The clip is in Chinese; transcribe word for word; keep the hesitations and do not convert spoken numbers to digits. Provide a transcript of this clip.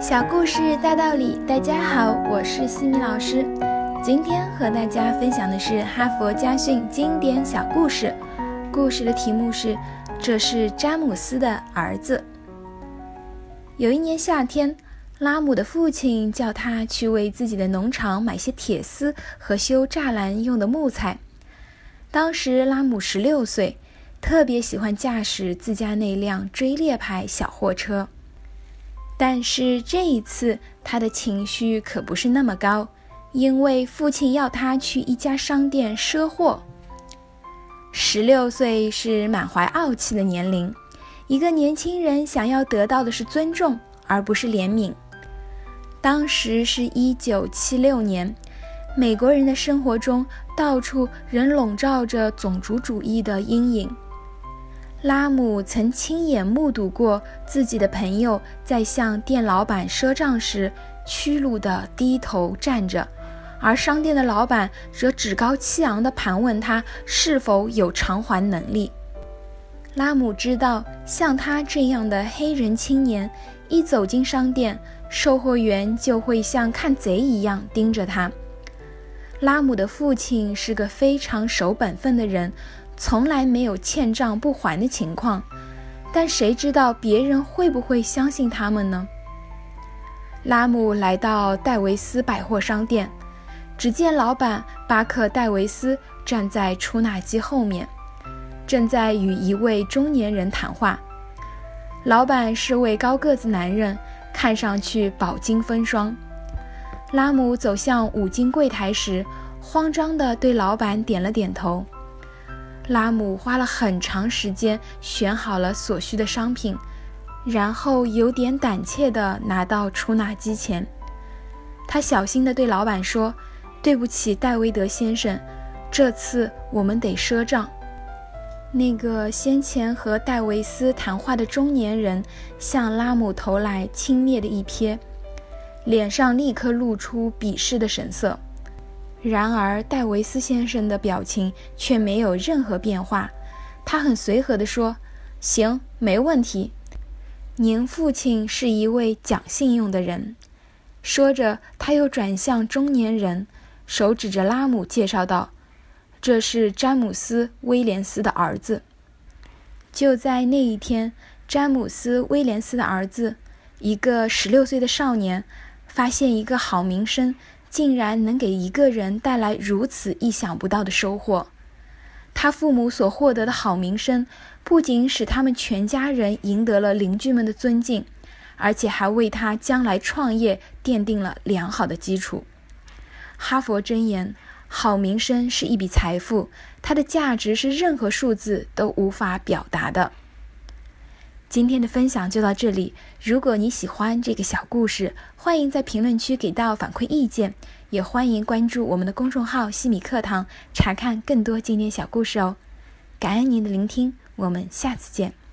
小故事大道理，大家好，我是西米老师。今天和大家分享的是哈佛家训经典小故事，故事的题目是这是詹姆斯的儿子。有一年夏天，拉姆的父亲叫他去为自己的农场买些铁丝和修栅栏用的木材。当时拉姆十六岁，特别喜欢驾驶自家那辆追猎牌小货车。但是这一次他的情绪可不是那么高，因为父亲要他去一家商店赊货。十六岁是满怀傲气的年龄，一个年轻人想要得到的是尊重，而不是怜悯。当时是一九七六年，美国人的生活中到处仍笼罩着种族主义的阴影。拉姆曾亲眼目睹过自己的朋友在向店老板赊账时屈辱地低头站着，而商店的老板则趾高气扬地盘问他是否有偿还能力。拉姆知道，像他这样的黑人青年一走进商店，售货员就会像看贼一样盯着他。拉姆的父亲是个非常守本分的人，从来没有欠账不还的情况，但谁知道别人会不会相信他们呢？拉姆来到戴维斯百货商店，只见老板巴克·戴维斯站在出纳机后面，正在与一位中年人谈话。老板是位高个子男人，看上去饱经风霜。拉姆走向五金柜台时，慌张地对老板点了点头。拉姆花了很长时间选好了所需的商品，然后有点胆怯地拿到出纳机前。他小心地对老板说：“对不起，戴维德先生，这次我们得赊账。”那个先前和戴维斯谈话的中年人向拉姆投来轻蔑的一瞥，脸上立刻露出鄙视的神色。然而戴维斯先生的表情却没有任何变化，他很随和地说：“行，没问题。您父亲是一位讲信用的人。”说着他又转向中年人，手指着拉姆介绍道：“这是詹姆斯·威廉斯的儿子。”就在那一天，詹姆斯·威廉斯的儿子，一个十六岁的少年，发现一个好名声竟然能给一个人带来如此意想不到的收获。他父母所获得的好名声，不仅使他们全家人赢得了邻居们的尊敬，而且还为他将来创业奠定了良好的基础。哈佛箴言：好名声是一笔财富，它的价值是任何数字都无法表达的。今天的分享就到这里，如果你喜欢这个小故事，欢迎在评论区给到反馈意见，也欢迎关注我们的公众号西米课堂，查看更多经典小故事哦。感恩您的聆听，我们下次见。